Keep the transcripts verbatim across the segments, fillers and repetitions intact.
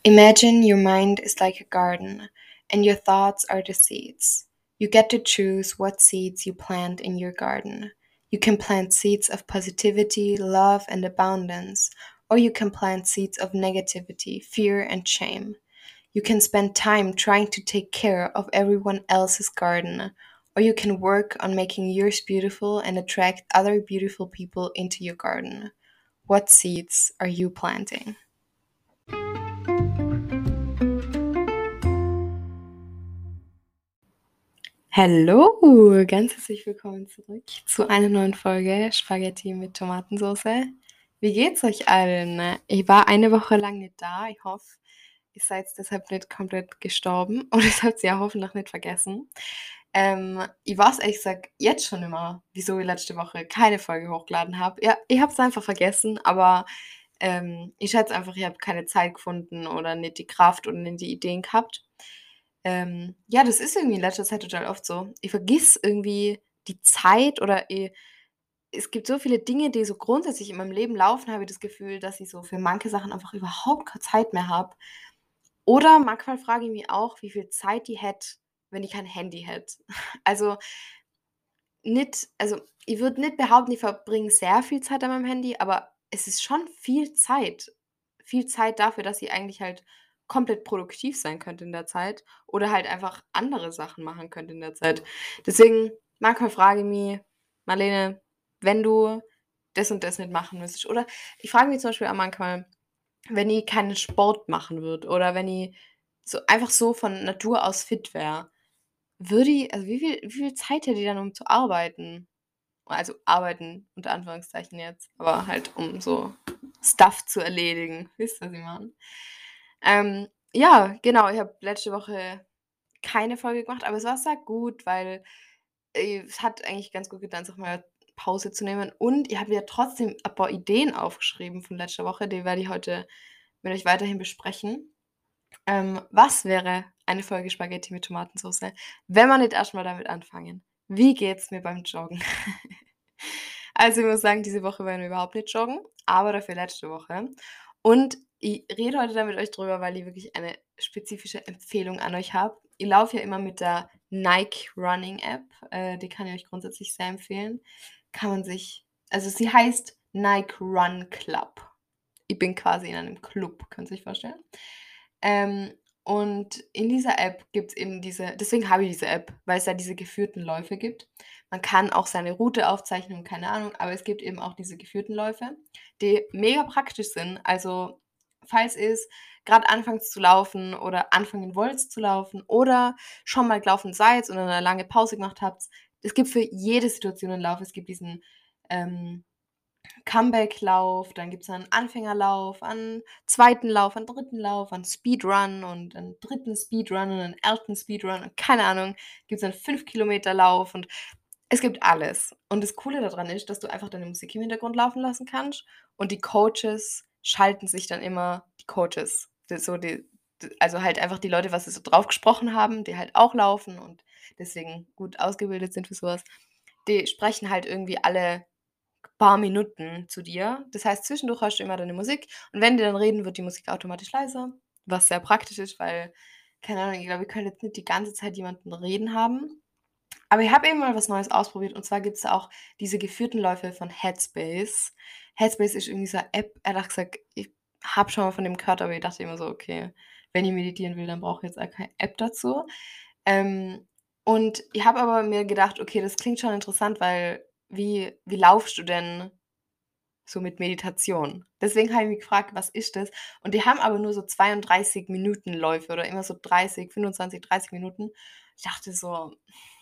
Imagine your mind is like a garden, and your thoughts are the seeds. You get to choose what seeds you plant in your garden. You can plant seeds of positivity, love, and abundance, or you can plant seeds of negativity, fear, and shame. You can spend time trying to take care of everyone else's garden, or you can work on making yours beautiful and attract other beautiful people into your garden. What seeds are you planting? Hallo, ganz herzlich willkommen zurück zu einer neuen Folge Spaghetti mit Tomatensauce. Wie geht's euch allen? Ich war eine Woche lang nicht da. Ich hoffe, ihr seid deshalb nicht komplett gestorben und das habt ihr ja hoffentlich nicht vergessen. Ähm, ich weiß ehrlich gesagt jetzt schon immer, wieso ich letzte Woche keine Folge hochgeladen habe. Ja, ich habe es einfach vergessen, aber ähm, ich schätze einfach, ich habe keine Zeit gefunden oder nicht die Kraft oder nicht die Ideen gehabt. Ähm, ja, das ist irgendwie in letzter Zeit total oft so. Ich vergiss irgendwie die Zeit oder eh es gibt so viele Dinge, die so grundsätzlich in meinem Leben laufen, habe ich das Gefühl, dass ich so für manche Sachen einfach überhaupt keine Zeit mehr habe. Oder manchmal frage ich mich auch, wie viel Zeit ich hätte, wenn ich kein Handy hätte. Also nicht also ich würde nicht behaupten, ich verbringe sehr viel Zeit an meinem Handy, aber es ist schon viel Zeit. Viel Zeit dafür, dass ich eigentlich halt komplett produktiv sein könnte in der Zeit oder halt einfach andere Sachen machen könnte in der Zeit. Deswegen, manchmal frage ich mich: „Marlene, wenn du das und das nicht machen müsstest“ oder ich frage mich zum Beispiel auch manchmal, wenn ich keinen Sport machen würde oder wenn ich so einfach so von Natur aus fit wäre, würde ich also wie viel wie viel Zeit hätte ich dann, um zu arbeiten? Also, arbeiten unter Anführungszeichen jetzt, aber halt um so Stuff zu erledigen. Wisst ihr, was ich meine? Ähm, ja, genau, ich habe letzte Woche keine Folge gemacht, aber es war sehr gut, weil, äh, es hat eigentlich ganz gut getan, sich mal Pause zu nehmen und ich habe ja trotzdem ein paar Ideen aufgeschrieben von letzter Woche, die werde ich heute mit euch weiterhin besprechen. Ähm, was wäre eine Folge Spaghetti mit Tomatensoße, wenn wir nicht erst mal damit anfangen? Wie geht's mir beim Joggen? Also, ich muss sagen, diese Woche waren wir überhaupt nicht joggen, aber dafür letzte Woche. Und ich rede heute da mit euch drüber, weil ich wirklich eine spezifische Empfehlung an euch habe. Ich laufe ja immer mit der Nike Running App, äh, die kann ich euch grundsätzlich sehr empfehlen. Kann man sich also, sie heißt Nike Run Club. Ich bin quasi in einem Club, könnt ihr euch vorstellen. Ähm, und in dieser App gibt's eben diese deswegen habe ich diese App, weil es da diese geführten Läufe gibt. Man kann auch seine Route aufzeichnen und keine Ahnung, aber es gibt eben auch diese geführten Läufe, die mega praktisch sind. Also, falls ihr's grad anfangt zu laufen oder anfangen wollt zu laufen oder schon mal gelaufen seid und dann 'ne lange Pause gemacht habt. Es gibt für jede Situation 'n Lauf. Es gibt diesen, ähm, Comeback-Lauf, dann gibt's einen Anfängerlauf, einen zweiten Lauf, einen dritten Lauf, einen Speedrun und einen dritten Speedrun und einen elften Speedrun und keine Ahnung, gibt's einen fünf Kilometer Lauf und es gibt alles. Und das Coole da dran ist, dass du einfach deine Musik im Hintergrund laufen lassen kannst und die Coaches schalten sich dann immer die Coaches, das so die d also halt einfach die Leute, was sie so drauf gesprochen haben, die halt auch laufen und deswegen gut ausgebildet sind für so was, die sprechen halt irgendwie alle paar Minuten zu dir. Das heißt, zwischendurch hörst du immer deine Musik und wenn die dann reden, wird die Musik automatisch leiser, was sehr praktisch ist, weil, keine Ahnung, ich glaube, wir können jetzt nicht die ganze Zeit jemanden reden haben. Aber ich habe eben mal was Neues ausprobiert und zwar gibt's da auch diese geführten Läufe von Headspace. Headspace ist irgendwie so 'ne App, ehrlich gesagt, ich habe schon mal von dem gehört, aber ich dachte immer so: „Okay, wenn ich meditieren will, dann brauche ich jetzt auch keine App dazu.“ Ähm, und ich habe aber mir gedacht: „Okay, das klingt schon interessant, weil wie wie laufst du denn so mit Meditation?“ Deswegen habe ich mich gefragt: „Was ist das?“ Und die haben aber nur so zweiunddreißig Minuten-Läufe oder immer so dreißig, fünfundzwanzig, dreißig Minuten. Ich dachte so: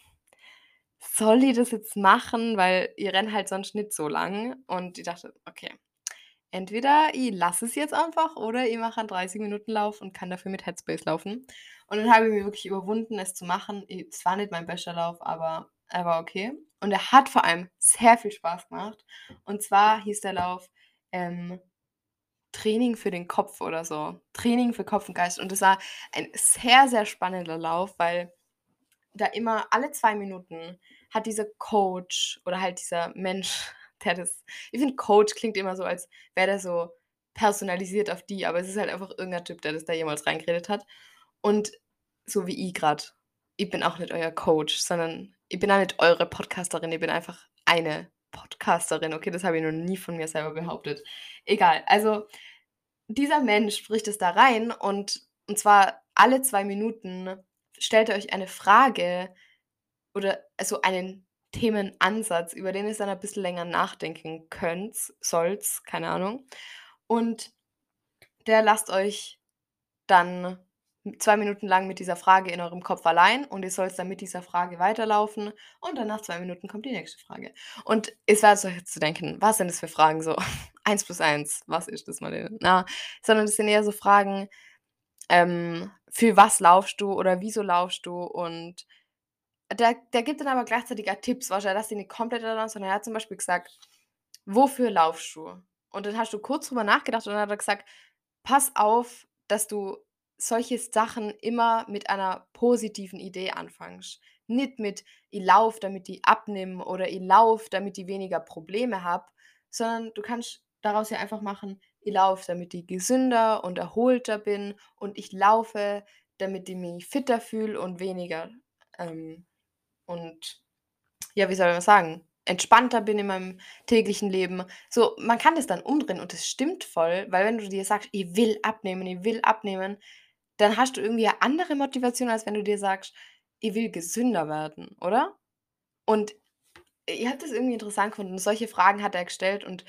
„Soll ich das jetzt machen?“ Weil ich renne halt sonst nicht so lang und ich dachte: „Okay, entweder ich lasse es jetzt einfach oder ich mache einen dreißig Minuten Lauf und kann dafür mit Headspace laufen.“ Und dann habe ich mich wirklich überwunden, es zu machen. I es war nicht mein bester Lauf, aber er war okay. Und er hat vor allem sehr viel Spaß gemacht. Und zwar hieß der Lauf, ähm, „Training für den Kopf“ oder so. Training für Kopf und Geist. Und das war ein sehr, sehr spannender Lauf, weil da immer alle zwei Minuten hat dieser Coach oder halt dieser Mensch, der das ich finde, Coach klingt immer so, als wäre der so personalisiert auf die, aber es ist halt einfach irgendein Typ, der das da jemals reingeredet hat. Und so wie ich gerade, ich bin auch nicht euer Coach, sondern ich bin auch nicht eure Podcasterin, ich bin einfach eine Podcasterin. Okay, das habe ich noch nie von mir selber behauptet. Egal, also dieser Mensch spricht es da rein und und zwar alle zwei Minuten stellt er euch eine Frage oder also einen Themenansatz, über den ihr dann ein bisschen länger nachdenken könnt, sollt, keine Ahnung. Und der lasst euch dann zwei Minuten lang mit dieser Frage in eurem Kopf allein und ihr sollt dann mit dieser Frage weiterlaufen und dann nach zwei Minuten kommt die nächste Frage. Und es wäre euch jetzt zu denken: „Was sind das für Fragen so? Eins plus eins, was ist das, Marlene?“ Na, sondern das sind eher so Fragen, ähm, für was laufst du oder wieso laufst du? Und der der gibt dann aber gleichzeitig auch Tipps, weißt du, er lässt dich nicht komplett allein, sondern er hat zum Beispiel gesagt: „Wofür laufst du?“ Und dann hast du kurz drüber nachgedacht und dann hat er gesagt: „Pass auf, dass du solche Sachen immer mit einer positiven Idee anfängst. Nicht mit: „Ich laufe, damit ich abnehme“ oder „Ich laufe, damit ich weniger Probleme habe“, sondern du kannst daraus ja einfach machen: „Ich laufe, damit ich gesünder und erholter bin und ich laufe, damit ich mich fitter fühle und weniger, ähm, und ja, wie soll man sagen, entspannter bin in meinem täglichen Leben.“ So, man kann das dann umdrehen und das stimmt voll, weil wenn du dir sagst: „Ich will abnehmen, ich will abnehmen“, dann hast du irgendwie 'ne andere Motivation, als wenn du dir sagst: „Ich will gesünder werden“, oder? Und ich habe das irgendwie interessant gefunden. Solche Fragen hat er gestellt und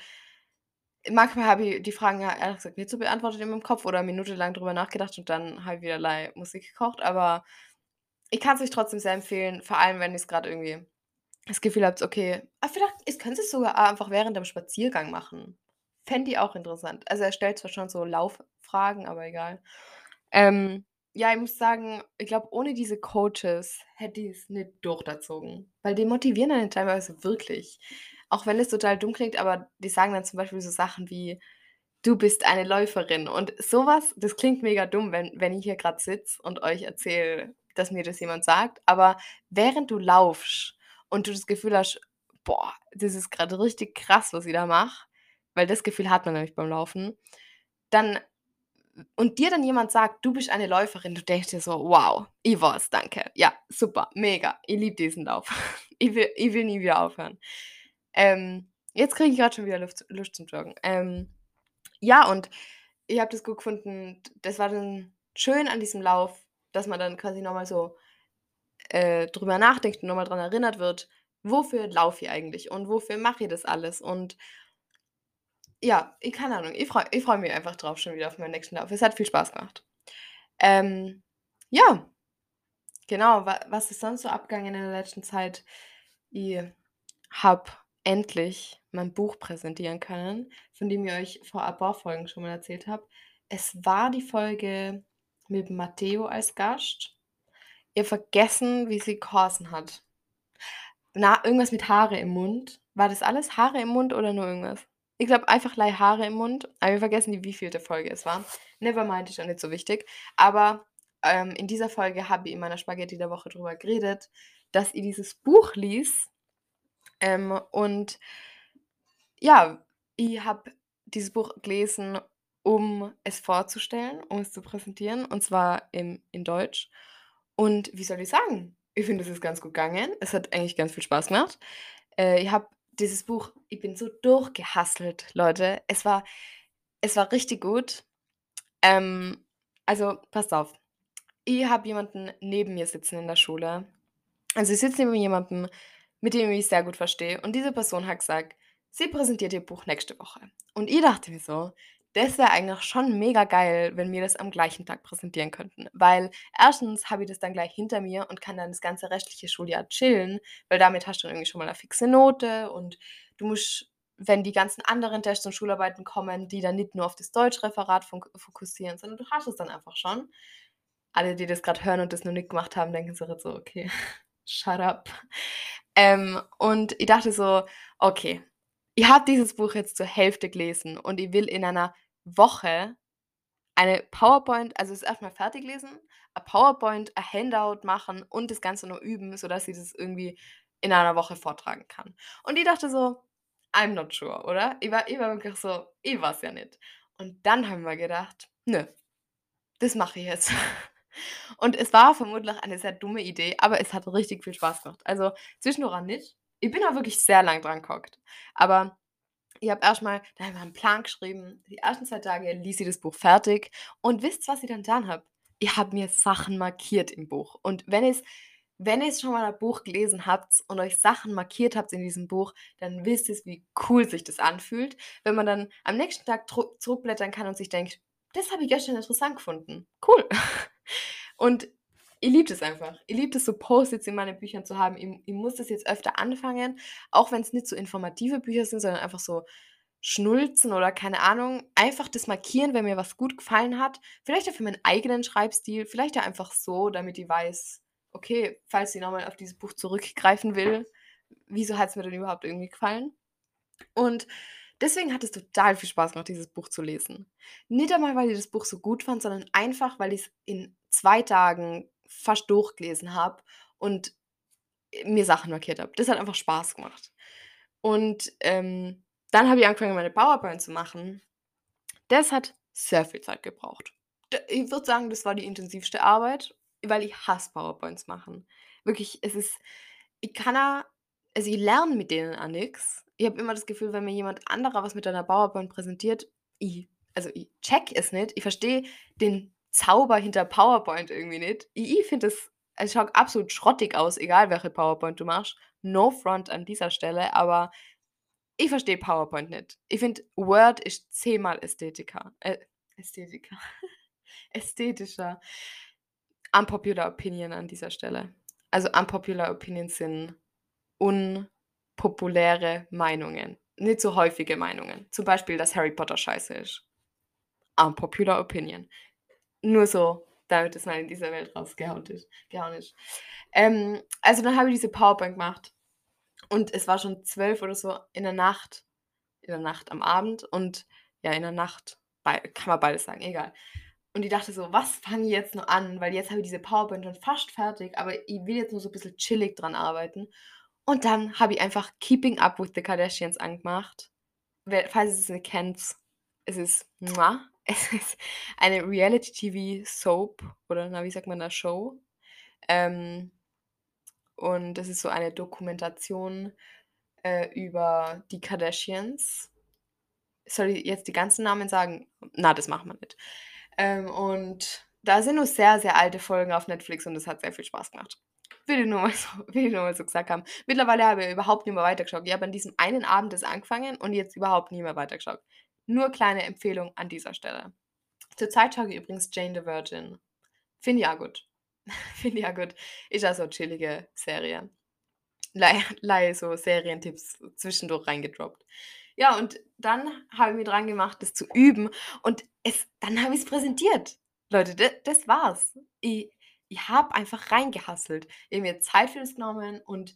manchmal habe ich die Fragen ja ehrlich gesagt nicht so beantwortet in meinem Kopf oder 'ne Minute lang drüber nachgedacht und dann habe ich wieder Musik gekocht, aber ich kann's euch trotzdem sehr empfehlen, vor allem, wenn ihr's grad irgendwie das Gefühl habt, okay ah, vielleicht es könnt ihr's sogar einfach während dem Spaziergang machen. Fände ich auch interessant. Also, er stellt zwar schon so Lauffragen, aber egal. Ähm, ja, ich muss sagen, ich glaube, ohne diese Coaches hätte ich's nicht durchgezogen, weil die motivieren einen teilweise wirklich. Auch wenn es total dumm klingt, aber die sagen dann zum Beispiel so Sachen wie: „Du bist eine Läuferin.“ Und so was, das klingt mega dumm, wenn wenn ich hier grad sitze und euch erzähle, dass mir das jemand sagt, aber während du laufst und du das Gefühl hast: „Boah, das ist grad richtig krass, was ich da mache“, weil das Gefühl hat man nämlich beim Laufen, dann und dir dann jemand sagt: „Du bist eine Läuferin“, du denkst dir so: „Wow, ich war's, danke. Ja, super, mega. Ich liebe diesen Lauf. Ich will ich will nie wieder aufhören.“ Ähm, jetzt kriege ich grad schon wieder Luft Lust zum Joggen. Ähm, ja, und ich habe das gut gefunden. D das war dann schön an diesem Lauf, dass man dann quasi noch mal so, äh, drüber nachdenkt und noch mal dran erinnert wird: „Wofür laufe ich eigentlich und wofür mache ich das alles?“ Und ja, ich keine Ahnung, ich freue ich freue mich einfach drauf schon wieder auf meinen nächsten Lauf. Es hat viel Spaß gemacht. Ähm, ja, genau, wa was ist sonst so abgegangen in der letzten Zeit? Ich habe endlich mein Buch präsentieren können, von dem ich euch vor ein paar Folgen schon mal erzählt habe. Es war die Folge mit Matteo als Gast. Ich habe vergessen, wie sie geheißen hat. Na, irgendwas mit Haare im Mund. War das alles Haare im Mund oder nur irgendwas? Ich glaube einfach lei Haare im Mund, aber ich habe vergessen, die wievielte Folge es war. Never mind, ist auch nicht so wichtig. Aber, ähm, in dieser Folge habe ich in meiner Spaghetti der Woche drüber geredet, dass ich dieses Buch liess. Ähm, und ja, ich habe dieses Buch gelesen, um es vorzustellen, um es zu präsentieren, und zwar im in Deutsch. Und wie soll ich sagen? Ich finde, es ist ganz gut gegangen. Es hat eigentlich ganz viel Spaß gemacht. Äh, ich habe dieses Buch ich bin so durchgehustelt, Leute. Es war es war richtig gut. Ähm, also, passt auf. Ich habe jemanden neben mir sitzen in der Schule. Also, ich sitze neben jemandem, mit dem ich mich sehr gut verstehe und diese Person hat gesagt, sie präsentiert ihr Buch nächste Woche. Und ich dachte mir so: „Das wäre eigentlich schon mega geil, wenn wir das am gleichen Tag präsentieren könnten.“ Weil erstens habe ich das dann gleich hinter mir und kann dann das ganze restliche Schuljahr chillen, weil damit hast du dann irgendwie schon mal 'ne fixe Note und du musst, wenn die ganzen anderen Tests und Schularbeiten kommen, die dann nicht nur auf das Deutschreferat funk fokussieren, sondern du hast es dann einfach schon. Alle, die das grad hören und das noch nicht gemacht haben, denken sich jetzt so: „Okay, shut up.“ Ähm, und ich dachte so: „Okay, ich habe dieses Buch jetzt zur Hälfte gelesen und ich will in einer Woche eine PowerPoint also, es erst mal fertig lesen, a PowerPoint, a Handout machen und das Ganze noch üben, sodass ich das irgendwie in einer Woche vortragen kann.“ Und ich dachte so: „I'm not sure“, oder? Ich war ich war wirklich so ich weiß ja nicht. Und dann haben wir gedacht: „Nö, das mache ich jetzt.“ Und es war vermutlich eine sehr dumme Idee, aber es hat richtig viel Spaß gemacht. Also, zwischendurch auch nicht. Ich bin auch wirklich sehr lang dran gehockt. Aber ich habe erst mal da haben wir 'n Plan geschrieben. Die ersten zwei Tage lies ich das Buch fertig und wisst, was ich dann getan habe? Ich habe mir Sachen markiert im Buch. Und wenn ich's wenn ihr's schon mal ein Buch gelesen habt und euch Sachen markiert habt in diesem Buch, dann wisst ihr's, wie cool sich das anfühlt, wenn man dann am nächsten Tag dru zurückblättern kann und sich denkt: „Das habe ich gestern interessant gefunden. Cool.“ Und ich liebe das einfach. Ich liebe das, so Post-its in meinen Büchern zu haben. Ich ich muss das jetzt öfter anfangen, auch wenn's nicht so informative Bücher sind, sondern einfach so Schnulzen oder keine Ahnung. Einfach das markieren, wenn mir was gut gefallen hat. Vielleicht auch für meinen eigenen Schreibstil, vielleicht auch einfach so, damit ich weiß: „Okay, falls ich noch mal auf dieses Buch zurückgreifen will, wieso hat's mir denn überhaupt irgendwie gefallen?“ Und deswegen hat es total viel Spaß gemacht, dieses Buch zu lesen. Nicht einmal, weil ich das Buch so gut fand, sondern einfach, weil ich's in zwei Tagen fast durchgelesen habe und, äh, mir Sachen markiert habe. Das hat einfach Spaß gemacht. Und, ähm, dann habe ich angefangen, meine PowerPoint zu machen. Das hat sehr viel Zeit gebraucht. D ich würde sagen, das war die intensivste Arbeit, weil ich hasse PowerPoints machen. Wirklich, es ist ich kann da also, ich lerne mit denen auch nix. Ich habe immer das Gefühl, wenn mir jemand anderer was mit einer PowerPoint präsentiert, ich also, ich checke es nicht. Ich verstehe den Zauber hinter PowerPoint irgendwie nicht. I ich finde das es schaut absolut schrottig aus, egal welche PowerPoint du machst. No front an dieser Stelle, aber ich verstehe PowerPoint nicht. Ich finde, Word ist zehnmal ästhetika äh, Ästhetika ästhetischer. Unpopular opinion an dieser Stelle. Also, unpopular opinions sind unpopuläre Meinungen, nicht so häufige Meinungen. Zum Beispiel, dass Harry Potter scheiße ist. Unpopular opinion. Nur so, damit es mal in dieser Welt rausgehaut ist gehauen ist. Ähm, also, dann habe ich diese PowerPoint gemacht und es war schon zwölf oder so in der Nacht in der Nacht am Abend und ja, in der Nacht bei kann man beides sagen, egal. Und ich dachte so: „Was fange ich jetzt noch an?“ Weil jetzt habe ich diese PowerPoint schon fast fertig, aber ich will jetzt nur so bisschen chillig dran arbeiten. Und dann habe ich einfach „Keeping Up with the Kardashians“ angemacht. We falls ihr es nicht kennt, es ist es ist eine Reality-TV-Soap oder na, wie sagt man da, Show. Ähm und das ist so eine Dokumentation, äh, über die Kardashians. Soll ich jetzt die ganzen Namen sagen? Na, das machen wir nicht. Ähm, und da sind nur sehr, sehr alte Folgen auf Netflix und das hat sehr viel Spaß gemacht. Will ich nur mal so will ich nur mal so gesagt haben. Mittlerweile habe ich überhaupt nicht mehr weitergeschaut. Ich habe an diesem einen Abend das angefangen und jetzt überhaupt nie mehr weitergeschaut. Nur kleine Empfehlung an dieser Stelle. Zurzeit schaue ich übrigens „Jane the Virgin“. Finde ich auch gut. Finde ich auch gut. Ist auch so 'ne chillige Serie. Leihe leihe so Serientipps zwischendurch reingedroppt. Ja, und dann habe ich mich dran gemacht, das zu üben und es dann habe ich's präsentiert. Leute, d das war's. Ich ich habe einfach reingehustelt. Ich habe mir Zeit für das genommen und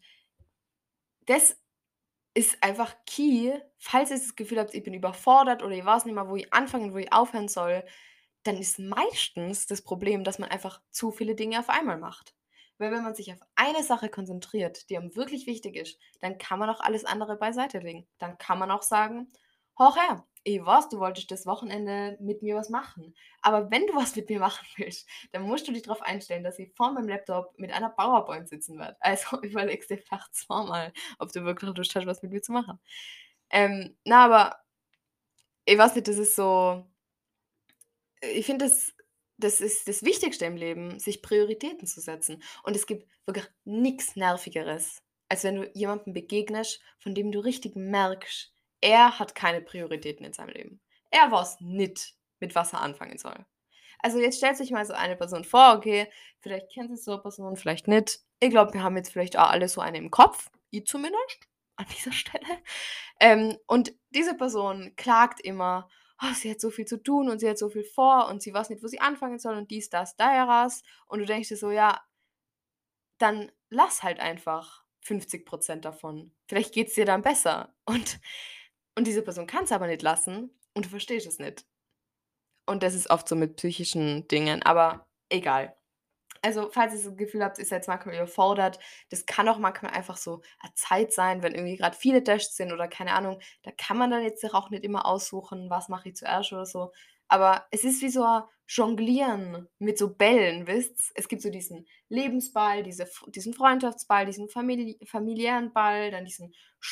das ist einfach key, falls ihr das Gefühl habt, ich bin überfordert oder ich weiß nicht mehr, wo ich anfangen, wo ich aufhören soll, dann ist meistens das Problem, dass man einfach zu viele Dinge auf einmal macht. Weil wenn man sich auf eine Sache konzentriert, die einem wirklich wichtig ist, dann kann man auch alles andere beiseite legen. Dann kann man auch sagen: „Horch her, ich weiß, du wolltest das Wochenende mit mir was machen. Aber wenn du was mit mir machen willst, dann musst du dich drauf einstellen, dass ich vor meinem Laptop mit einer PowerPoint sitzen werde. Also, überleg's dir vielleicht zweimal, ob du wirklich Lust hast, was mit mir zu machen.“ Ähm, na, aber ich weiß nicht, das ist so äh, ich finde, das das ist das Wichtigste im Leben, sich Prioritäten zu setzen. Und es gibt wirklich nix Nervigeres, als wenn du jemandem begegnest, von dem du richtig merkst, er hat keine Prioritäten in seinem Leben. Er weiß nicht, mit was er anfangen soll. Also, jetzt stellt sich mal so eine Person vor, okay, vielleicht kennt ihr so 'ne Person, vielleicht nicht. Ich glaube, wir haben jetzt vielleicht auch alle so eine im Kopf, ich zumindest an dieser Stelle. Ähm, und diese Person klagt immer: „Oh, sie hat so viel zu tun und sie hat so viel vor und sie weiß nicht, wo sie anfangen soll und dies, das, Dajeras.“ Und du denkst dir so: „Ja“ „dann lass halt einfach fünfzig Prozent davon. Vielleicht geht's dir dann besser.“ Und und diese Person kann's aber nicht lassen und du verstehst es nicht. Und das ist oft so mit psychischen Dingen, aber egal. Also, falls ihr so das Gefühl habt, ihr seid manchmal überfordert, das kann auch manchmal einfach so eine Zeit sein, wenn irgendwie gerade viele Tests sind oder keine Ahnung, da kann man dann jetzt sich auch nicht immer aussuchen, was mache ich zuerst oder so. Aber es ist wie so ein Jonglieren mit so Bällen, wisst? Es gibt so diesen Lebensball, diese F diesen Freundschaftsball, diesen famili familiären Ball, dann diesen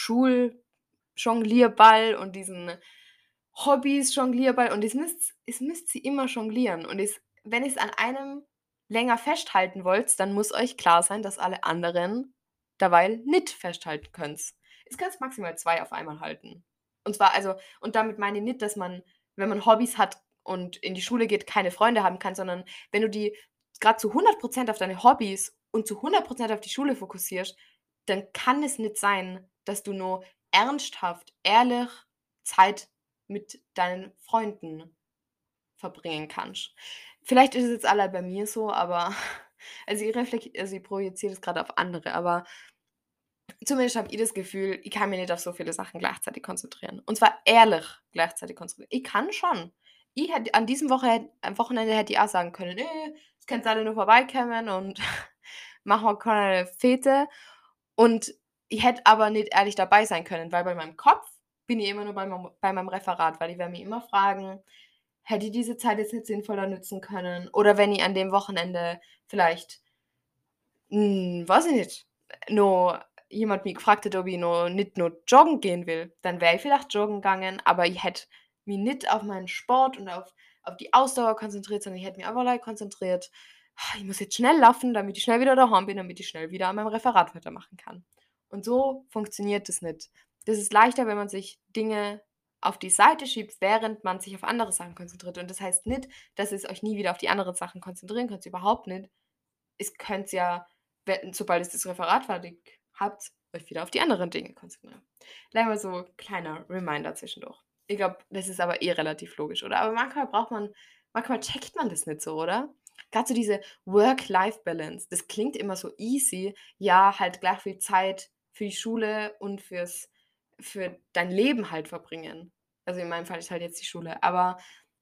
Schuljonglierball und diesen Hobbys-Jonglierball und das müsst es müsst sie immer jonglieren und es wenn ihr's an einem länger festhalten wollt, dann muss euch klar sein, dass alle anderen derweil nicht festhalten könnt's. Ihr könnt's maximal zwei auf einmal halten. Und zwar also und damit meine ich nicht, dass man, wenn man Hobbys hat und in die Schule geht, keine Freunde haben kann, sondern wenn du die grad zu hundert Prozent auf deine Hobbys und zu hundert Prozent auf die Schule fokussierst, dann kann es nicht sein, dass du nur ernsthaft, ehrlich Zeit mit deinen Freunden verbringen kannst. Vielleicht ist es jetzt alle bei mir so, aber also ich reflek also ich projiziere das grade auf andere, aber zumindest habe ich das Gefühl, ich kann mich nicht auf so viele Sachen gleichzeitig konzentrieren. Und zwar ehrlich gleichzeitig konzentrieren. Ich kann schon. Ich hätte an diesem Woche hätt am Wochenende hätte ich auch sagen können: „Ne, jetzt könnt's alle nur vorbeikommen und machen wir keine Fete.“ Und ich hätte aber nicht ehrlich dabei sein können, weil bei meinem Kopf bin ich immer nur bei meinem bei meinem Referat, weil ich werde mich immer fragen: „Hätte ich diese Zeit jetzt nicht sinnvoller nutzen können?“ Oder wenn ich an dem Wochenende vielleicht hm, weiß ich nicht, noch jemand mich gefragt hätte, ob ich noch nicht noch joggen gehen will, dann wäre ich vielleicht joggen gegangen, aber ich hätte mich nicht auf meinen Sport und auf auf die Ausdauer konzentriert, sondern ich hätte mich einfach konzentriert: „Ah, ich muss jetzt schnell laufen, damit ich schnell wieder daheim bin, damit ich schnell wieder an meinem Referat weitermachen kann.“ Und so funktioniert das nicht. Das ist leichter, wenn man sich Dinge auf die Seite schiebt, während man sich auf andere Sachen konzentriert. Und das heißt nicht, dass ihr's euch nie wieder auf die anderen Sachen konzentrieren könnt, überhaupt nicht. Es könnt ja, we sobald ihr das Referat fertig habt, euch wieder auf die anderen Dinge konzentrieren. Gleich mal so kleiner Reminder zwischendurch. Ich glaube, das ist aber eh relativ logisch, oder? Aber manchmal braucht man manchmal checkt man das nicht so, oder? Grad so diese Work-Life-Balance, das klingt immer so easy. Ja, halt gleich viel Zeit für die Schule und fürs für dein Leben halt verbringen. Also, in meinem Fall ist halt jetzt die Schule, aber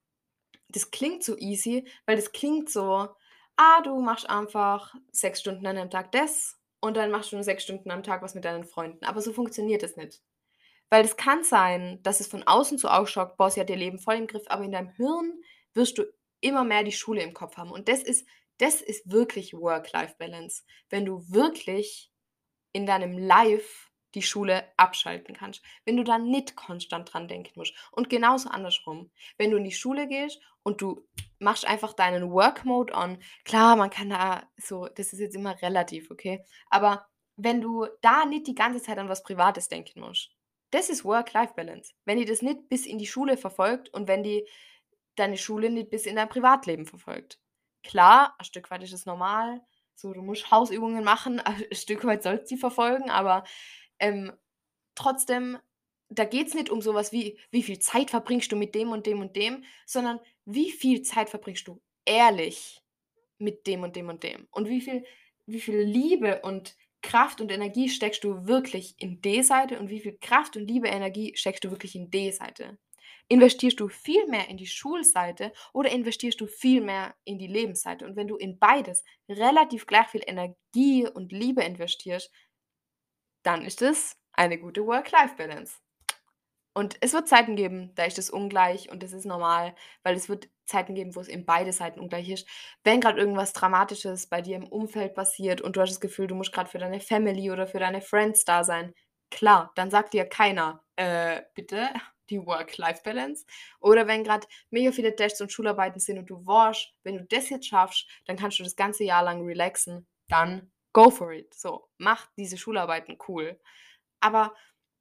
das klingt so easy, weil das klingt so: „Ah, du machst einfach sechs Stunden an 'nem Tag das und dann machst du nur sechs Stunden am Tag was mit deinen Freunden.“ Aber so funktioniert das nicht. Weil es kann sein, dass es von außen so ausschaut: „Boah, sie hat ihr Leben voll im Griff“, aber in deinem Hirn wirst du immer mehr die Schule im Kopf haben. Und das ist das ist wirklich Work-Life-Balance, wenn du wirklich in deinem Life die Schule abschalten kannst, wenn du da nicht konstant dran denken musst. Und genauso andersrum. Wenn du in die Schule gehst und du machst einfach deinen Work Mode on. Klar, man kann da so das ist jetzt immer relativ, okay? Aber wenn du da nicht die ganze Zeit an was Privates denken musst, das ist Work-Life-Balance. Wenn dich das nicht bis in die Schule verfolgt und wenn die deine Schule nicht bis in dein Privatleben verfolgt. Klar, ein Stück weit ist es normal, so, du musst Hausübungen machen, ein Stück weit soll's die verfolgen, aber, ähm, trotzdem, da geht's nicht um so was wie: Wie viel Zeit verbringst du mit dem und dem und dem, sondern wie viel Zeit verbringst du ehrlich mit dem und dem und dem? Und wie viel wie viel Liebe und Kraft und Energie steckst du wirklich in die Seite und wie viel Kraft und Liebe, Energie steckst du wirklich in die Seite? Investierst du viel mehr in die Schulseite oder investierst du viel mehr in die Lebensseite? Und wenn du in beides relativ gleich viel Energie und Liebe investierst dann ist es eine gute Work-Life-Balance. Und es wird Zeiten geben, da ist es ungleich und das ist normal, weil es wird Zeiten geben, wo es in beide Seiten ungleich ist. Wenn grad irgendwas Dramatisches bei dir im Umfeld passiert und du hast das Gefühl, du musst grad für deine Family oder für deine Friends da sein, klar, dann sagt dir keiner: „Äh, bitte, die Work-Life-Balance.“ Oder wenn grad mega viele Tests und Schularbeiten sind und du weißt, wenn du das jetzt schaffst, dann kannst du das ganze Jahr lang relaxen, dann go for it. So, mach diese Schularbeiten cool. Aber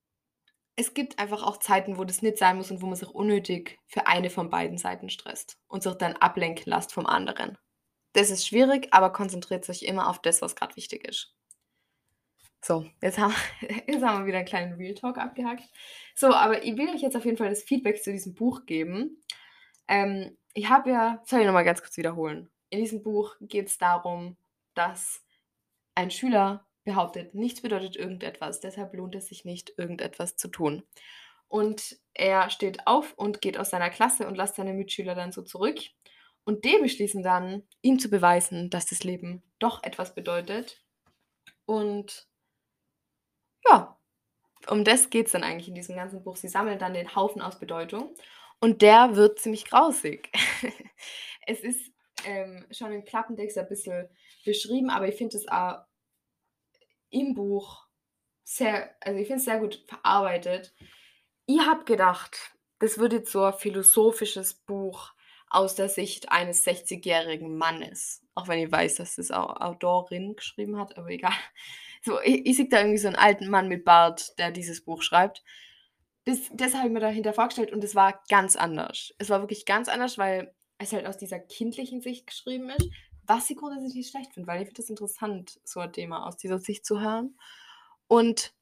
es gibt einfach auch Zeiten, wo das nicht sein muss und wo man sich unnötig für eine von beiden Seiten stresst und sich dann ablenken lässt vom anderen. Das ist schwierig, aber konzentriert sich immer auf das, was grad wichtig ist. So, jetzt haben jetzt haben wir wieder 'n kleinen Real Talk abgehakt. So, aber ich will euch jetzt auf jeden Fall das Feedback zu diesem Buch geben. Ähm, ich habe ja soll ich noch mal ganz kurz wiederholen? In diesem Buch geht's darum, dass ein Schüler behauptet: „Nichts bedeutet irgendetwas, deshalb lohnt es sich nicht, irgendetwas zu tun.“ Und er steht auf und geht aus seiner Klasse und lässt seine Mitschüler dann so zurück. Und die beschließen dann, ihm zu beweisen, dass das Leben doch etwas bedeutet. Und ja, um das geht es dann eigentlich in diesem ganzen Buch. Sie sammeln dann den Haufen aus Bedeutung und der wird ziemlich grausig. Es ist ähm, schon in Klappentext ein bisschen beschrieben, aber ich finde es auch im Buch sehr, also ich finde es sehr gut verarbeitet. Ich habe gedacht, das wird jetzt so ein philosophisches Buch aus der Sicht eines sechzigjährigen Mannes. Auch wenn ich weiß, dass das Au Autorin geschrieben hat, aber egal. So, ich ich sehe da irgendwie so einen alten Mann mit Bart, der dieses Buch schreibt. Das das habe ich mir dahinter vorgestellt und es war ganz anders. Es war wirklich ganz anders, weil es halt aus dieser kindlichen Sicht geschrieben ist, was ich grundsätzlich nicht schlecht finde, weil ich finde das interessant, so ein Thema aus dieser Sicht zu hören. Und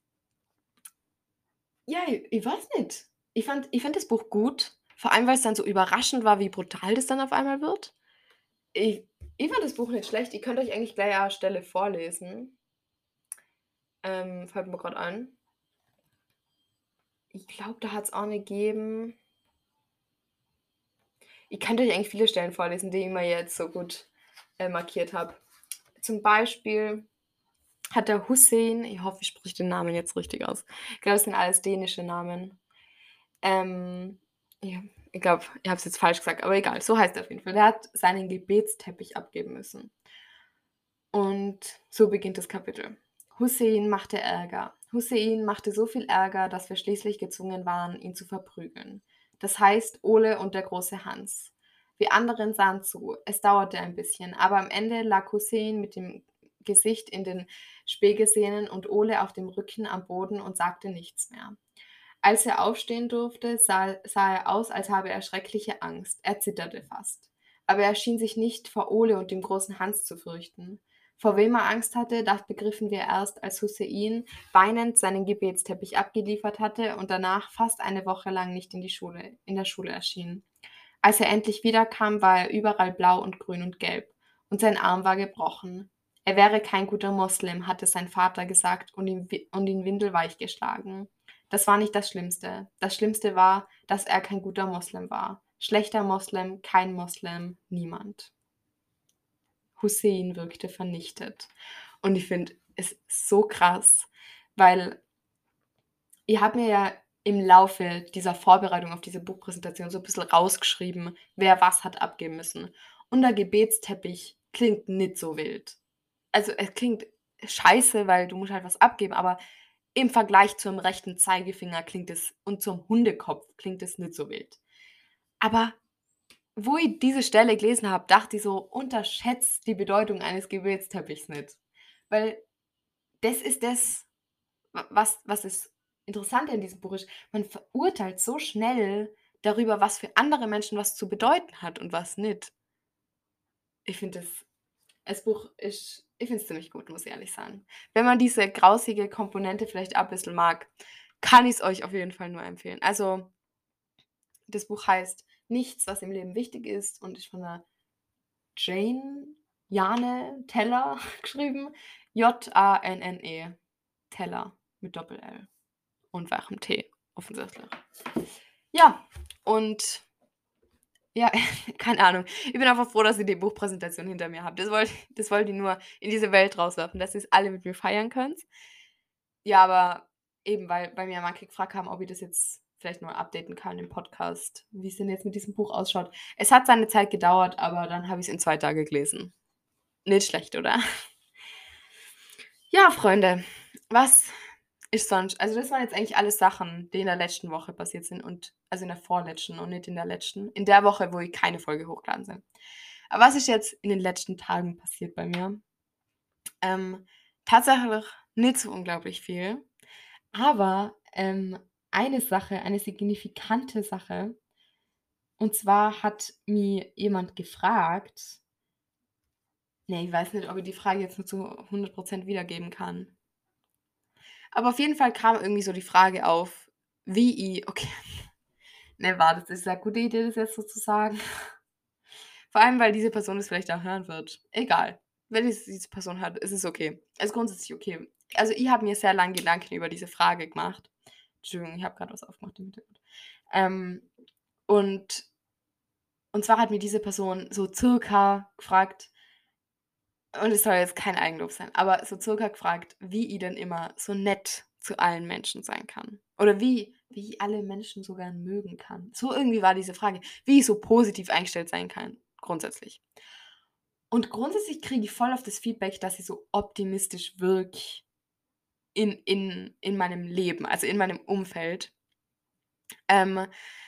ja, i ich weiß nicht. Ich fand ich fand das Buch gut, vor allem, weil es dann so überraschend war, wie brutal das dann auf einmal wird. Ich ich fand das Buch nicht schlecht. Ich könnte euch eigentlich gleich eine Stelle vorlesen. Ähm, fällt mir grad ein. Ich glaube, da hat's auch 'ne gegeben. Ich könnte euch eigentlich viele Stellen vorlesen, die ich mir jetzt so gut, äh, markiert habe. Zum Beispiel hat der Hussein, ich hoffe, ich spreche den Namen jetzt richtig aus. Ich glaube, das sind alles dänische Namen. Ähm, ja, ich glaube, ich habe es jetzt falsch gesagt, aber egal, so heißt er auf jeden Fall. Der hat seinen Gebetsteppich abgeben müssen. Und so beginnt das Kapitel. Hussein machte Ärger. Hussein machte so viel Ärger, dass wir schließlich gezwungen waren, ihn zu verprügeln. Das heißt, Ole und der große Hans. Wir anderen sahen zu. Es dauerte ein bisschen, aber am Ende lag Hussein mit dem Gesicht in den Spegesehnen und Ole auf dem Rücken am Boden und sagte nichts mehr. Als er aufstehen durfte, sah, sah er aus, als habe er schreckliche Angst. Er zitterte fast. Aber er schien sich nicht vor Ole und dem großen Hans zu fürchten. Vor wem er Angst hatte, das begriffen wir erst, als Hussein weinend seinen Gebetsteppich abgeliefert hatte und danach fast eine Woche lang nicht in, die Schule, in der Schule erschien. Als er endlich wiederkam, war er überall blau und grün und gelb, und sein Arm war gebrochen. Er wäre kein guter Moslem, hatte sein Vater gesagt und ihn, und ihn windelweich geschlagen. Das war nicht das Schlimmste. Das Schlimmste war, dass er kein guter Moslem war. Schlechter Moslem, kein Moslem, niemand. Hussein wirkte vernichtet. Und ich finde es so krass, weil ich habe mir ja im Laufe dieser Vorbereitung auf diese Buchpräsentation so ein bisschen rausgeschrieben, wer was hat abgeben müssen. Und der Gebetsteppich klingt nicht so wild. Also, es klingt scheiße, weil du musst halt was abgeben, aber im Vergleich zum rechten Zeigefinger klingt es und zum Hundekopf klingt es nicht so wild. Aber wo ich diese Stelle gelesen habe, dachte ich so: „Unterschätzt die Bedeutung eines Gebetsteppichs nicht.“ Weil das ist das, wa was was das Interessante in diesem Buch ist. Man verurteilt so schnell darüber, was für andere Menschen was zu bedeuten hat und was nicht. Ich finde das das Buch ist ich finde es ziemlich gut, muss ich ehrlich sagen. Wenn man diese grausige Komponente vielleicht auch ein bisschen mag, kann ich es euch auf jeden Fall nur empfehlen. Also, das Buch heißt „Nichts, was im Leben wichtig ist“ und ist von der Jane Jane Teller geschrieben. J A N N E, Teller mit Doppel-L und weichem T offensichtlich. Ja, und ja, keine Ahnung. Ich bin einfach froh, dass ich die Buchpräsentation hinter mir habe. Das wollte das wollte ich nur in diese Welt rauswerfen, dass ihr's alle mit mir feiern könnt. Ja, aber eben, weil weil mir ja manche gefragt haben, ob ich das jetzt vielleicht mal updaten kann im Podcast, wie's denn jetzt mit diesem Buch ausschaut. Es hat seine Zeit gedauert, aber dann habe ich's in zwei Tage gelesen. Nicht schlecht, oder? Ja, Freunde, was ist sonst also, das waren jetzt eigentlich alles Sachen, die in der letzten Woche passiert sind und also, in der vorletzten und nicht in der letzten. In der Woche, wo ich keine Folge hochgeladen sind. Aber was ist jetzt in den letzten Tagen passiert bei mir? Ähm, tatsächlich nicht so unglaublich viel, aber, ähm, eine Sache, eine signifikante Sache, und zwar hat mich jemand gefragt ne, ich weiß nicht, ob ich die Frage jetzt nur zu hundert Prozent wiedergeben kann. Aber auf jeden Fall kam irgendwie so die Frage auf, wie ich okay, ne, warte, das ist 'ne gute Idee, das jetzt so zu sagen. Vor allem, weil diese Person es vielleicht auch hören wird. Egal. Wenn es diese Person hört, ist es okay. Ist grundsätzlich okay. Also, ich habe mir sehr lange Gedanken über diese Frage gemacht. Entschuldigung, ich habe grad was aufgemacht im Hintergrund. Ähm, und Und zwar hat mir diese Person so circa gefragt und es soll jetzt kein Eigenlob sein, aber so circa gefragt, wie ich denn immer so nett zu allen Menschen sein kann. Oder wie wie ich alle Menschen so gern mögen kann. So irgendwie war diese Frage, wie ich so positiv eingestellt sein kann, grundsätzlich. Und grundsätzlich kriege ich voll auf das Feedback, dass ich so optimistisch wirke in in in meinem Leben, also in meinem Umfeld. Ähm,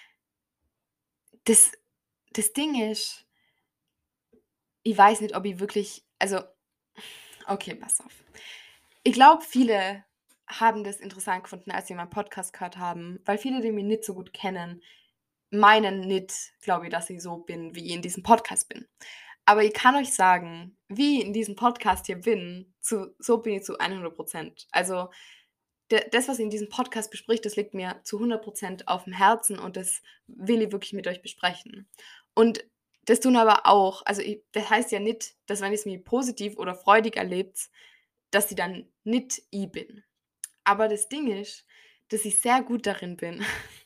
das das Ding ist, ich weiß nicht, ob ich wirklich also okay, pass auf. Ich glaube, viele haben das interessant gefunden, als sie meinen Podcast gehört haben, weil viele, die mich nicht so gut kennen, meinen nicht, glaube ich, dass ich so bin, wie ich in diesem Podcast bin. Aber ich kann euch sagen, wie ich in diesem Podcast hier bin, zu so bin ich zu hundert. Also, d das, was ihr in diesem Podcast bespricht, das liegt mir zu hundert auf dem Herzen und das will ich wirklich mit euch besprechen. Und das tun aber auch also, i das heißt ja nicht, dass wenn ich's mir positiv oder freudig erlebt, dass ich dann nicht ich bin. Aber das Ding ist, dass ich sehr gut darin bin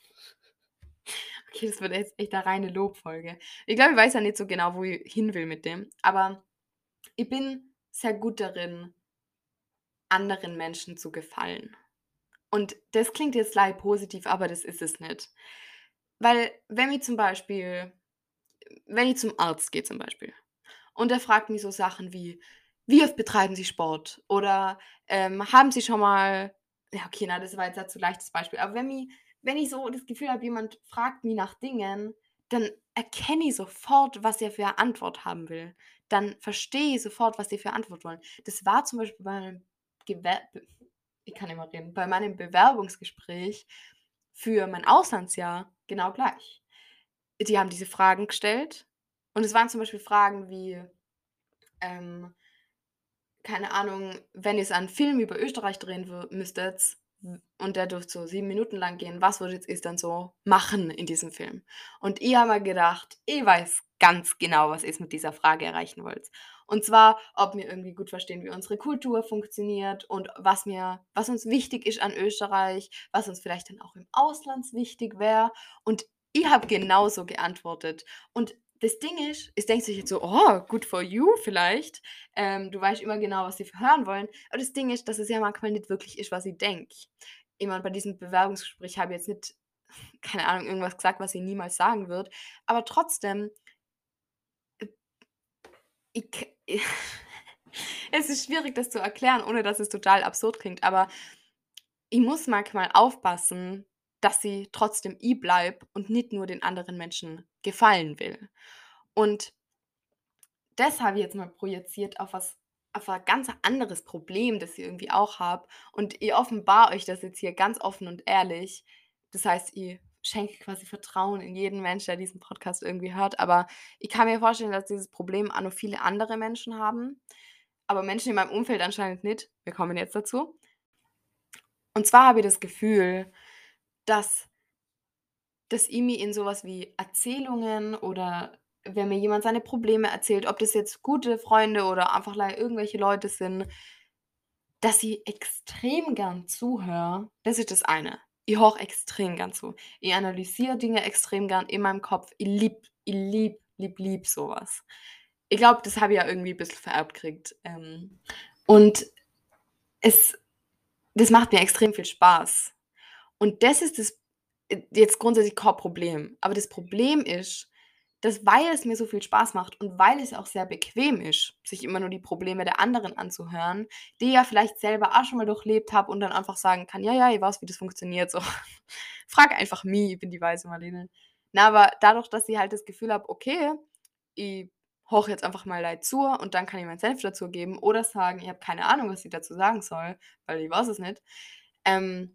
okay, das wird jetzt echt 'ne reine Lobfolge. Ich glaube, ich weiß ja nicht so genau, wo ich hin will mit dem, aber ich bin sehr gut darin, anderen Menschen zu gefallen. Und das klingt jetzt leicht positiv, aber das ist es nicht. Weil wenn ich zum Beispiel wenn ich zum Arzt gehe zum Beispiel und der fragt mich so Sachen wie: „Wie oft betreiben Sie Sport?“ Oder, ähm: „Haben Sie schon mal“ ja, okay, na, das war jetzt ein zu leichtes Beispiel. Aber wenn mich wenn ich so das Gefühl habe, jemand fragt mich nach Dingen, dann erkenne ich sofort, was er für eine Antwort haben will. Dann verstehe ich sofort, was die für Antwort wollen. Das war zum Beispiel bei meinem Gewer ich kann nicht mehr reden, bei meinem Bewerbungsgespräch für mein Auslandsjahr genau gleich. Die haben diese Fragen gestellt und es waren zum Beispiel Fragen wie, ähm, keine Ahnung, wenn ihr's einen Film über Österreich drehen wür müsstet w und der dürfte so sieben Minuten lang gehen, was würdet ihr dann so machen in diesem Film? Und ich habe mir gedacht, ich weiß ganz genau, was ihr's mit dieser Frage erreichen wollt. Und zwar, ob wir irgendwie gut verstehen, wie unsere Kultur funktioniert und was mir was uns wichtig ist an Österreich, was uns vielleicht dann auch im Ausland wichtig wäre. Und ich habe genauso geantwortet. Und das Ding ist, es denkt sich jetzt so: „Oh, good for you vielleicht. Ähm, du weißt immer genau, was sie hören wollen.“ Aber das Ding ist, dass es ja manchmal nicht wirklich ist, was ich denke. Ich meine, bei diesem Bewerbungsgespräch habe ich jetzt nicht, keine Ahnung, irgendwas gesagt, was sie niemals sagen wird. Aber trotzdem, ich k es ist schwierig, das zu erklären, ohne dass es total absurd klingt, aber ich muss manchmal aufpassen, dass sie trotzdem ich bleibe und nicht nur den anderen Menschen gefallen will. Und das habe ich jetzt mal projiziert auf was auf ein ganz anderes Problem, das ich irgendwie auch habe. Und ich offenbare euch das jetzt hier ganz offen und ehrlich. Das heißt, ich schenke quasi Vertrauen in jeden Mensch, der diesen Podcast irgendwie hört. Aber ich kann mir vorstellen, dass dieses Problem auch noch viele andere Menschen haben, aber Menschen in meinem Umfeld anscheinend nicht. Wir kommen jetzt dazu. Und zwar habe ich das Gefühl, dass dass ich mich in sowas wie Erzählungen oder wenn mir jemand seine Probleme erzählt, ob das jetzt gute Freunde oder einfach lei irgendwelche Leute sind, dass ich extrem gern zuhöre. Das ist das eine. Ich höre extrem gern zu. Ich analysiere Dinge extrem gern in meinem Kopf. Ich liebe ich liebe, liebe, liebe sowas. Ich glaube, das habe ich ja irgendwie ein bisschen vererbt gekriegt. Ähm, und es das macht mir extrem viel Spaß. Und das ist das äh, jetzt grundsätzlich kein Problem. Aber das Problem ist, dass weil es mir so viel Spaß macht und weil es auch sehr bequem ist, sich immer nur die Probleme der anderen anzuhören, die ich ja vielleicht selber auch schon mal durchlebt habe und dann einfach sagen kann: „Ja, ja, ich weiß, wie das funktioniert“, so. Frag einfach mich, ich bin die weise Marlene. Na, aber dadurch, dass ich halt das Gefühl habe, okay, ich horche jetzt einfach mal Leid zu und dann kann ich meinen Senf dazu geben oder sagen: „Ich habe keine Ahnung, was ich dazu sagen soll, weil ich weiß es nicht.“ Ähm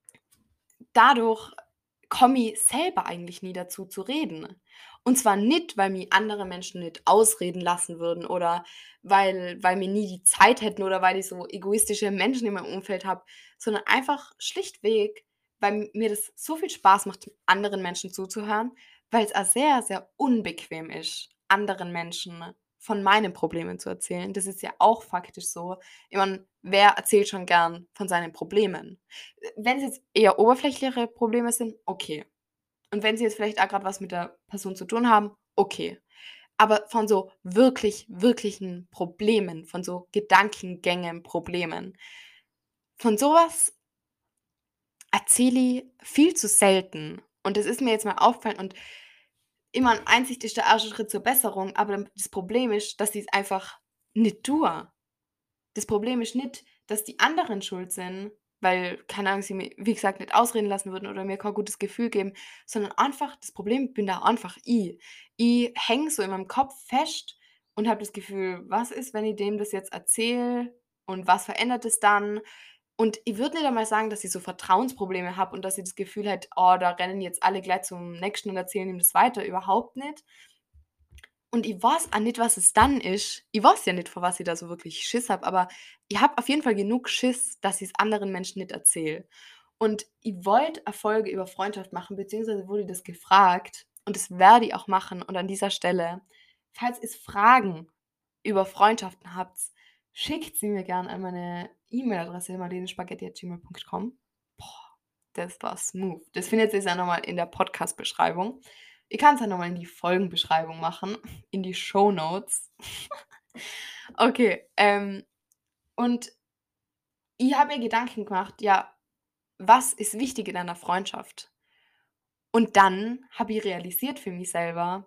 Dadurch komme ich selber eigentlich nie dazu zu reden. Und zwar nicht, weil mich andere Menschen nicht ausreden lassen würden oder weil weil mir nie die Zeit hätten oder weil ich so egoistische Menschen in meinem Umfeld habe, sondern einfach schlichtweg, weil mir das so viel Spaß macht, anderen Menschen zuzuhören, weil es auch sehr, sehr unbequem ist, anderen Menschen von meinen Problemen zu erzählen. Das ist ja auch faktisch so. Ich meine, wer erzählt schon gern von seinen Problemen? Wenn es jetzt eher oberflächlichere Probleme sind, okay. Und wenn sie jetzt vielleicht auch grad was mit der Person zu tun haben, okay. Aber von so wirklich, wirklichen Problemen, von so Gedankengängen, Problemen, von sowas erzähle ich viel zu selten. Und das ist mir jetzt mal aufgefallen und immer meine Einsicht ist der erste Schritt zur Besserung, aber das Problem ist, dass ich's einfach nicht tue. Das Problem ist nicht, dass die anderen schuld sind, weil, keine Ahnung, sie mir, wie gesagt, nicht ausreden lassen würden oder mir kein gutes Gefühl geben, sondern einfach das Problem bin da einfach ich. Ich hänge so in meinem Kopf fest und habe das Gefühl: „Was ist, wenn ich dem das jetzt erzähle und was verändert es dann?“ Und ich würde nicht einmal sagen, dass ich so Vertrauensprobleme habe und dass ich das Gefühl hätte: „Oh, da rennen jetzt alle gleich zum Nächsten und erzählen ihm das weiter“, überhaupt nicht. Und ich weiß auch nicht, was es dann ist. Ich weiß ja nicht, vor was ich da so wirklich Schiss habe, aber ich habe auf jeden Fall genug Schiss, dass ich's anderen Menschen nicht erzähle. Und ich wollte eine Folge über Freundschaft machen, beziehungsweise wurde das gefragt und das werde ich auch machen. Und an dieser Stelle, falls ihr Fragen über Freundschaften habt, schickt sie mir gerne an meine E-Mail-Adresse marlenespaghetti at gmail punkt com. Boah, das war smooth. Das findet ihr ja noch mal in der Podcast-Beschreibung. Ich kann's ja noch mal in die Folgenbeschreibung machen, in die Shownotes. Okay, ähm, und ich habe mir Gedanken gemacht, ja, was ist wichtig in einer Freundschaft? Und dann habe ich realisiert für mich selber,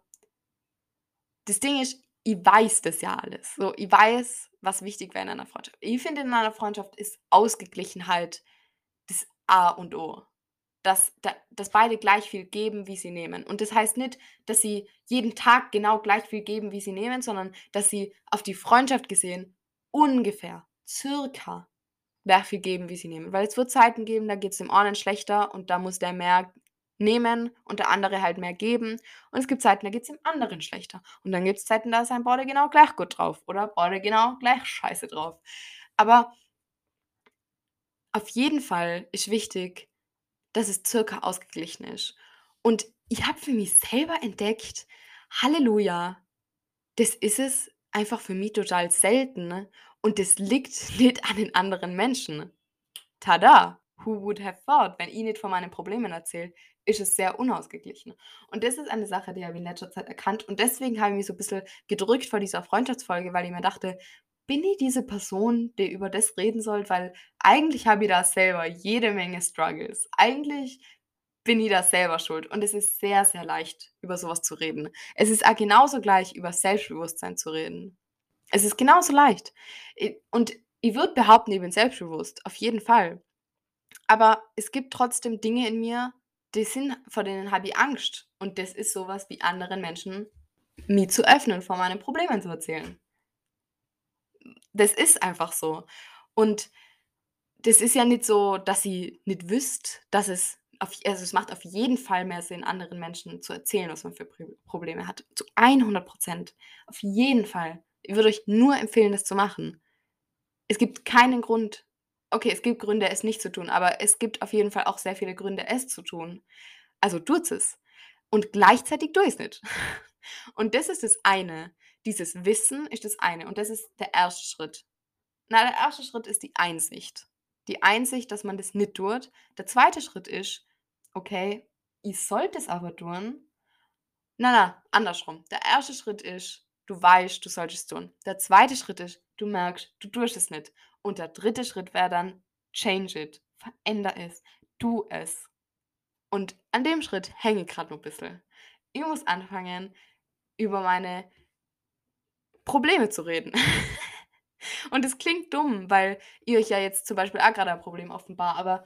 das Ding ist, ich weiß das ja alles. So, ich weiß, was wichtig wäre in einer Freundschaft. Ich finde, in einer Freundschaft ist Ausgeglichenheit das A und O. Dass da dass beide gleich viel geben, wie sie nehmen. Und das heißt nicht, dass sie jeden Tag genau gleich viel geben, wie sie nehmen, sondern dass sie auf die Freundschaft gesehen ungefähr, circa gleich viel geben, wie sie nehmen. Weil es wird Zeiten geben, da geht's dem einen schlechter und da muss der mehr nehmen und der andere halt mehr geben. Und es gibt Zeiten, da geht's dem anderen schlechter. Und dann gibt's Zeiten, da ist ein beide genau gleich gut drauf oder beide genau gleich scheiße drauf. Aber auf jeden Fall ist wichtig, dass es circa ausgeglichen ist. Und ich habe für mich selber entdeckt, Halleluja, das ist es einfach für mich total selten, ne? Und das liegt nicht an den anderen Menschen. Tada! Who would have thought? Wenn ich nicht von meinen Problemen erzähle, ist es sehr unausgeglichen. Und das ist eine Sache, die habe ich in letzter Zeit erkannt. Und deswegen habe ich mich so ein bisschen gedrückt vor dieser Freundschaftsfolge, weil ich mir dachte: „Bin ich diese Person, die über das reden soll?“ Weil eigentlich habe ich da selber jede Menge Struggles. Eigentlich bin ich da selber schuld und es ist sehr, sehr leicht, über sowas zu reden. Es ist auch genauso gleich, über Selbstbewusstsein zu reden. Es ist genauso leicht. I und ich würde behaupten, ich bin selbstbewusst, auf jeden Fall. Aber es gibt trotzdem Dinge in mir, die sind vor denen habe ich Angst. Und das ist sowas wie anderen Menschen mich zu öffnen, von meinen Problemen zu erzählen. Das ist einfach so. Und das ist ja nicht so, dass sie nicht wüsst, dass es auf also, es macht auf jeden Fall mehr Sinn, anderen Menschen zu erzählen, was man für Prö Probleme hat. Zu hundert Prozent. Auf jeden Fall. Ich würde euch nur empfehlen, das zu machen. Es gibt keinen Grund okay, es gibt Gründe, es nicht zu tun, aber es gibt auf jeden Fall auch sehr viele Gründe, es zu tun. Also, tut's es. Und gleichzeitig tue ich's nicht. Und das ist das eine. Dieses Wissen ist das eine und das ist der erste Schritt. Na, der erste Schritt ist die Einsicht. Die Einsicht, dass man das nicht tut. Der zweite Schritt ist: „Okay, ich sollte es aber tun.“ Na, na, andersrum. Der erste Schritt ist, du weißt, du solltest es tun. Der zweite Schritt ist, du merkst, du tust es nicht. Und der dritte Schritt wäre dann: change it, veränder es, tu es. Und an dem Schritt hänge ich grad noch bisschen. Ich muss anfangen, über meine Probleme zu reden. Und es klingt dumm, weil ihr euch ja jetzt zum Beispiel auch grade ein Problem offenbart, aber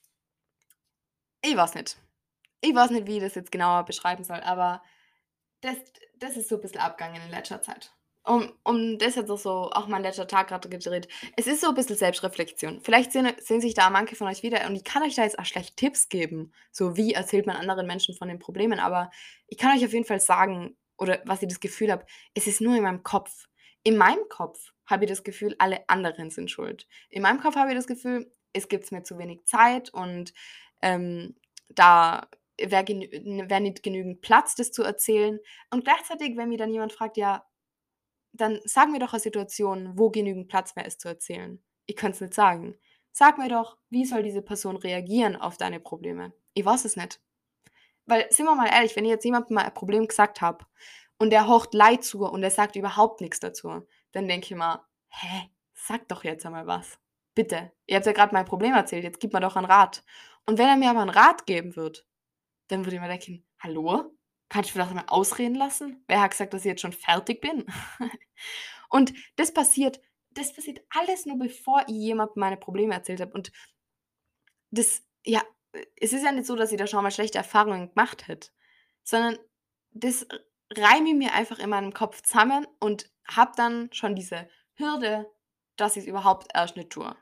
ich weiß nicht. Ich weiß nicht, wie ich das jetzt genauer beschreiben soll, aber das das ist so 'n bisschen abgegangen in letzter Zeit. Um um das jetzt auch so auch mein letzter Tag grade gedreht. Es ist so 'n bisschen Selbstreflexion. Vielleicht sehen sehen sich da manche von euch wieder und ich kann euch da jetzt auch schlecht Tipps geben, so wie erzählt man anderen Menschen von den Problemen, aber ich kann euch auf jeden Fall sagen oder was ich das Gefühl habe, es ist nur in meinem Kopf. In meinem Kopf habe ich das Gefühl, alle anderen sind schuld. In meinem Kopf habe ich das Gefühl, es gibt mir zu wenig Zeit und, ähm, da wäre genü wäre nicht genügend Platz, das zu erzählen. Und gleichzeitig, wenn mich dann jemand fragt: „Ja, dann sag mir doch 'ne Situation, wo genügend Platz mehr ist zu erzählen.“ Ich könnte es nicht sagen. Sag mir doch, wie soll diese Person reagieren auf deine Probleme? Ich weiß es nicht. Weil, sind wir mal ehrlich, wenn ich jetzt jemandem mal ein Problem gesagt habe und der horcht leid zu und der sagt überhaupt nichts dazu, dann denke ich immer: „Hä, sag doch jetzt einmal was. Bitte. Ihr habt ja gerade mein Problem erzählt, jetzt gib mir doch einen Rat.“ Und wenn er mir aber einen Rat geben wird, dann würde ich mir denken: „Hallo? Kannst du mich doch mal ausreden lassen? Wer hat gesagt, dass ich jetzt schon fertig bin?“ Und das passiert das passiert alles nur, bevor ich jemandem meine Probleme erzählt habe. Und das ja, äh, es ist ja nicht so, dass ich da schon mal schlechte Erfahrungen gemacht hätte, sondern das r reime ich mir einfach in meinem Kopf zusammen und habe dann schon diese Hürde, dass ich's überhaupt erst nicht tue.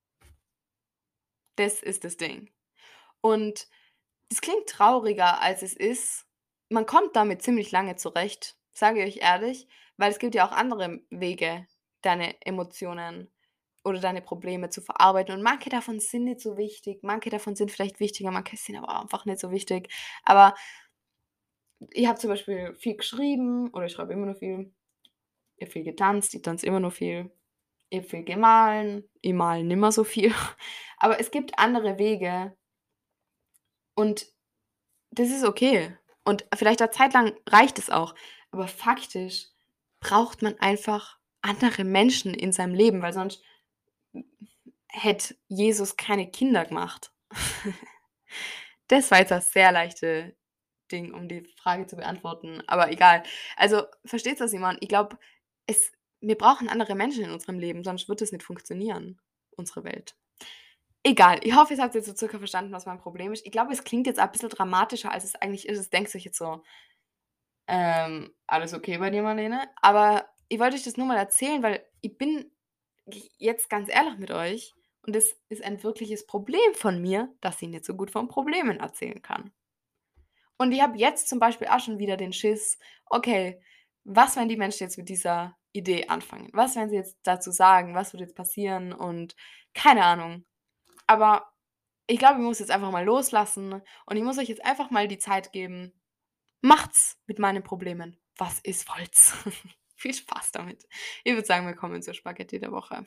Das ist das Ding. Und es klingt trauriger, als es ist. Man kommt damit ziemlich lange zurecht, sage ich euch ehrlich, weil es gibt ja auch andere Wege, deine Emotionen oder deine Probleme zu verarbeiten. Und manche davon sind nicht so wichtig, manche davon sind vielleicht wichtiger, manche sind aber auch einfach nicht so wichtig. Aber ich habe zum Beispiel viel geschrieben oder ich schreibe immer noch viel. Ich habe viel getanzt, ich tanze immer noch viel. Ich habe viel gemahlen, ich male nimmer so viel. Aber es gibt andere Wege und das ist okay. Und vielleicht eine Zeit lang reicht es auch. Aber faktisch braucht man einfach andere Menschen in seinem Leben, weil sonst hätte Jesus keine Kinder gemacht. Das war jetzt das sehr leichte Ding, um die Frage zu beantworten, aber egal. Also, verstehst du, was ich meine? Ich glaube, es wir brauchen andere Menschen in unserem Leben, sonst wird es nicht funktionieren, unsere Welt. Egal, ich hoffe, ihr habt jetzt so circa verstanden, was mein Problem ist. Ich glaube, es klingt jetzt ein bisschen dramatischer, als es eigentlich ist. Es denkt sich jetzt so: „Ähm, alles okay bei dir, Marlene?“ Aber ich wollte euch das nur mal erzählen, weil ich bin g jetzt ganz ehrlich mit euch und es ist ein wirkliches Problem von mir, dass ich nicht so gut von Problemen erzählen kann. Und ich habe jetzt zum Beispiel auch schon wieder den Schiss: „Okay, was, wenn die Menschen jetzt mit dieser Idee anfangen? Was, wenn sie jetzt dazu sagen? Was wird jetzt passieren?“ Und keine Ahnung. Aber ich glaube, ich muss jetzt einfach mal loslassen und ich muss euch jetzt einfach mal die Zeit geben. Macht's mit meinen Problemen. Was ist wollt's? Viel Spaß damit. Ich würde sagen, wir kommen zur Spaghetti der Woche.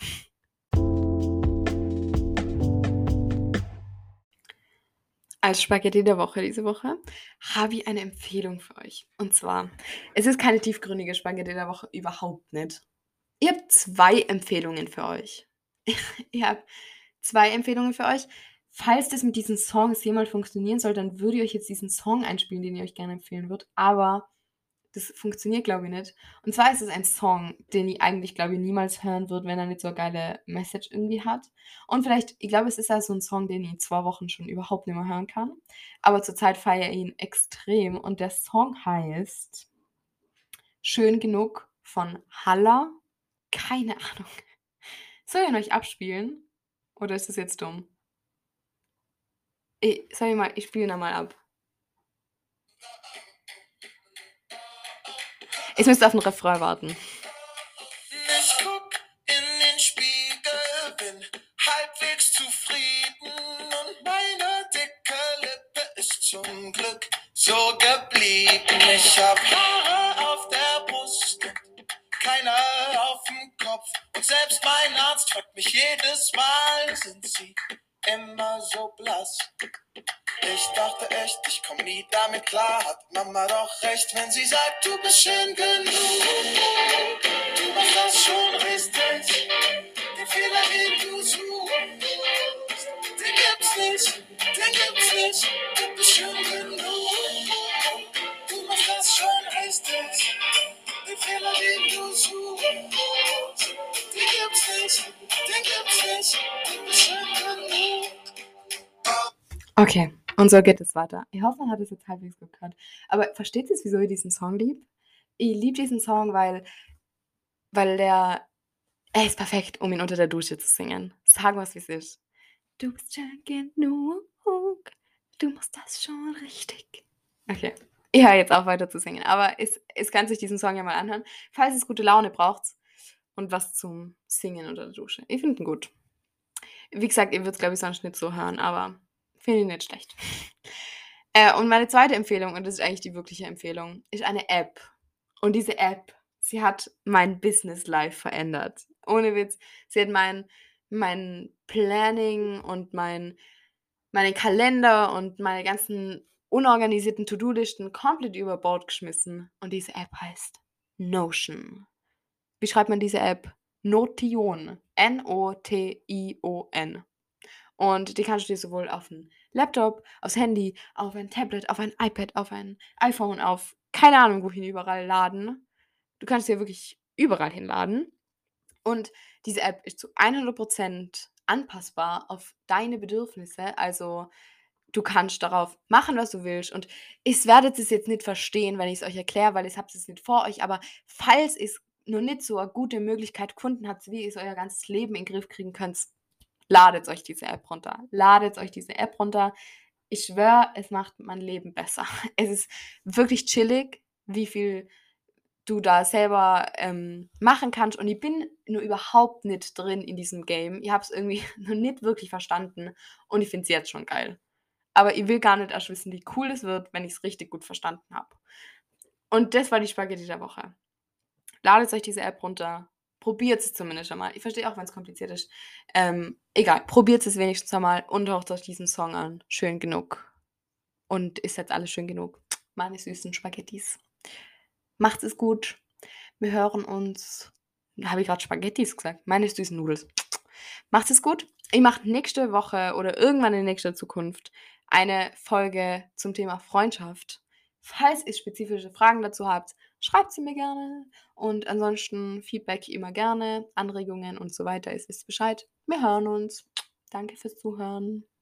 Als Spaghetti der Woche diese Woche habe ich eine Empfehlung für euch. Und zwar, es ist keine tiefgründige Spaghetti der Woche, überhaupt nicht. Ich habe zwei Empfehlungen für euch. Ich habe zwei Empfehlungen für euch. Falls das mit diesen Songs jemals funktionieren soll, dann würde ich euch jetzt diesen Song einspielen, den ich euch gerne empfehlen würde, aber das funktioniert, glaube ich, nicht. Und zwar ist es ein Song, den ich eigentlich, glaube ich, niemals hören würde, wenn er nicht so 'ne geile Message irgendwie hat. Und vielleicht ich glaube, es ist ja so 'n Song, den ich in zwei Wochen schon überhaupt nicht mehr hören kann. Aber zurzeit feiere ich ihn extrem und der Song heißt „Schön genug“ von Halla. Keine Ahnung. Soll ich ihn euch abspielen oder ist das jetzt dumm? I soll ich mal ich spiele ihn einmal ab. Jetzt müsst ihr auf 'n Refrain warten. Ich guck in den Spiegel, bin halbwegs zufrieden und meine dicke Lippe ist zum Glück so geblieben. Ich hab Haare auf der Brust, keine auf dem Kopf und selbst mein Arzt fragt mich jedes Mal, sind sie immer so blass? Ich dachte echt, ich komm nie damit klar, hat Mama doch recht, wenn sie sagt, du bist schön genug. Du machst das schon richtig, den Fehler, den du suchst, den gibt's nicht, den gibt's nicht, du bist schön genug. Du machst das schon richtig, den Fehler, den du suchst, den gibt's nicht, den gibt's nicht, du bist schön genug. Okay, und so geht es weiter. Ich hoffe, man hat es jetzt halbwegs gut gehört. Aber versteht ihr's, wieso ich diesen Song liebe? Ich liebe diesen Song, weil weil der er ist perfekt, um ihn unter der Dusche zu singen. Sagen wir's, wie's ist. Du bist schön genug, du machst das schon richtig. Okay, ich höre jetzt auf, weiter zu singen, aber es es kann sich diesen Song ja mal anhören, falls es gute Laune braucht und was zum Singen unter der Dusche. Ich finde ihn gut. Wie gesagt, ihr würdt's, glaube ich, sonst nicht so hören, aber finde ihn nicht schlecht. Äh, und meine zweite Empfehlung, und das ist eigentlich die wirkliche Empfehlung, ist eine App. Und diese App, sie hat mein Business Life verändert. Ohne Witz. Sie hat mein mein Planning und mein meinen Kalender und meine ganzen unorganisierten To-Do-Listen komplett über Bord geschmissen und diese App heißt Notion. Wie schreibt man diese App? Notion. N O T I O N. Und die kannst du dir sowohl auf 'n Laptop, aufs Handy, auf ein Tablet, auf ein iPad, auf ein iPhone, auf keine Ahnung wohin überall laden. Du kannst sie ja wirklich überall hinladen. Und diese App ist zu hundert Prozent anpassbar auf deine Bedürfnisse. Also, du kannst darauf machen, was du willst. Und ich werdet es jetzt nicht verstehen, wenn ich es euch erkläre, weil ihr habt es nicht vor euch. Aber falls es noch nicht so eine gute Möglichkeit gefunden habt, wie ihr's euer ganzes Leben in den Griff kriegen könnt, ladet euch diese App runter. Ladet euch diese App runter. Ich schwöre, es macht mein Leben besser. Es ist wirklich chillig, wie viel du da selber, ähm, machen kannst. Und ich bin nur überhaupt nicht drin in diesem Game. Ich habe es irgendwie noch nicht wirklich verstanden und ich finde es jetzt schon geil. Aber ich will gar nicht erst wissen, wie cool es wird, wenn ich es richtig gut verstanden habe. Und das war die Spaghetti der Woche. Ladet euch diese App runter. Probiert es zumindest einmal. Ich verstehe auch, wenn es kompliziert ist. Ähm, egal, probiert es wenigstens einmal und hört euch diesen Song an. Schön genug. Und ist jetzt alles schön genug. Meine süßen Spaghettis. Macht es gut. Wir hören uns. Habe ich gerade Spaghettis gesagt? Meine süßen Nudels. Macht es gut. Ich mache nächste Woche oder irgendwann in nächster Zukunft eine Folge zum Thema Freundschaft. Falls ihr spezifische Fragen dazu habt, schreibt sie mir gerne. Und ansonsten Feedback immer gerne, Anregungen und so weiter. Ihr wisst Bescheid. Wir hören uns. Danke fürs Zuhören.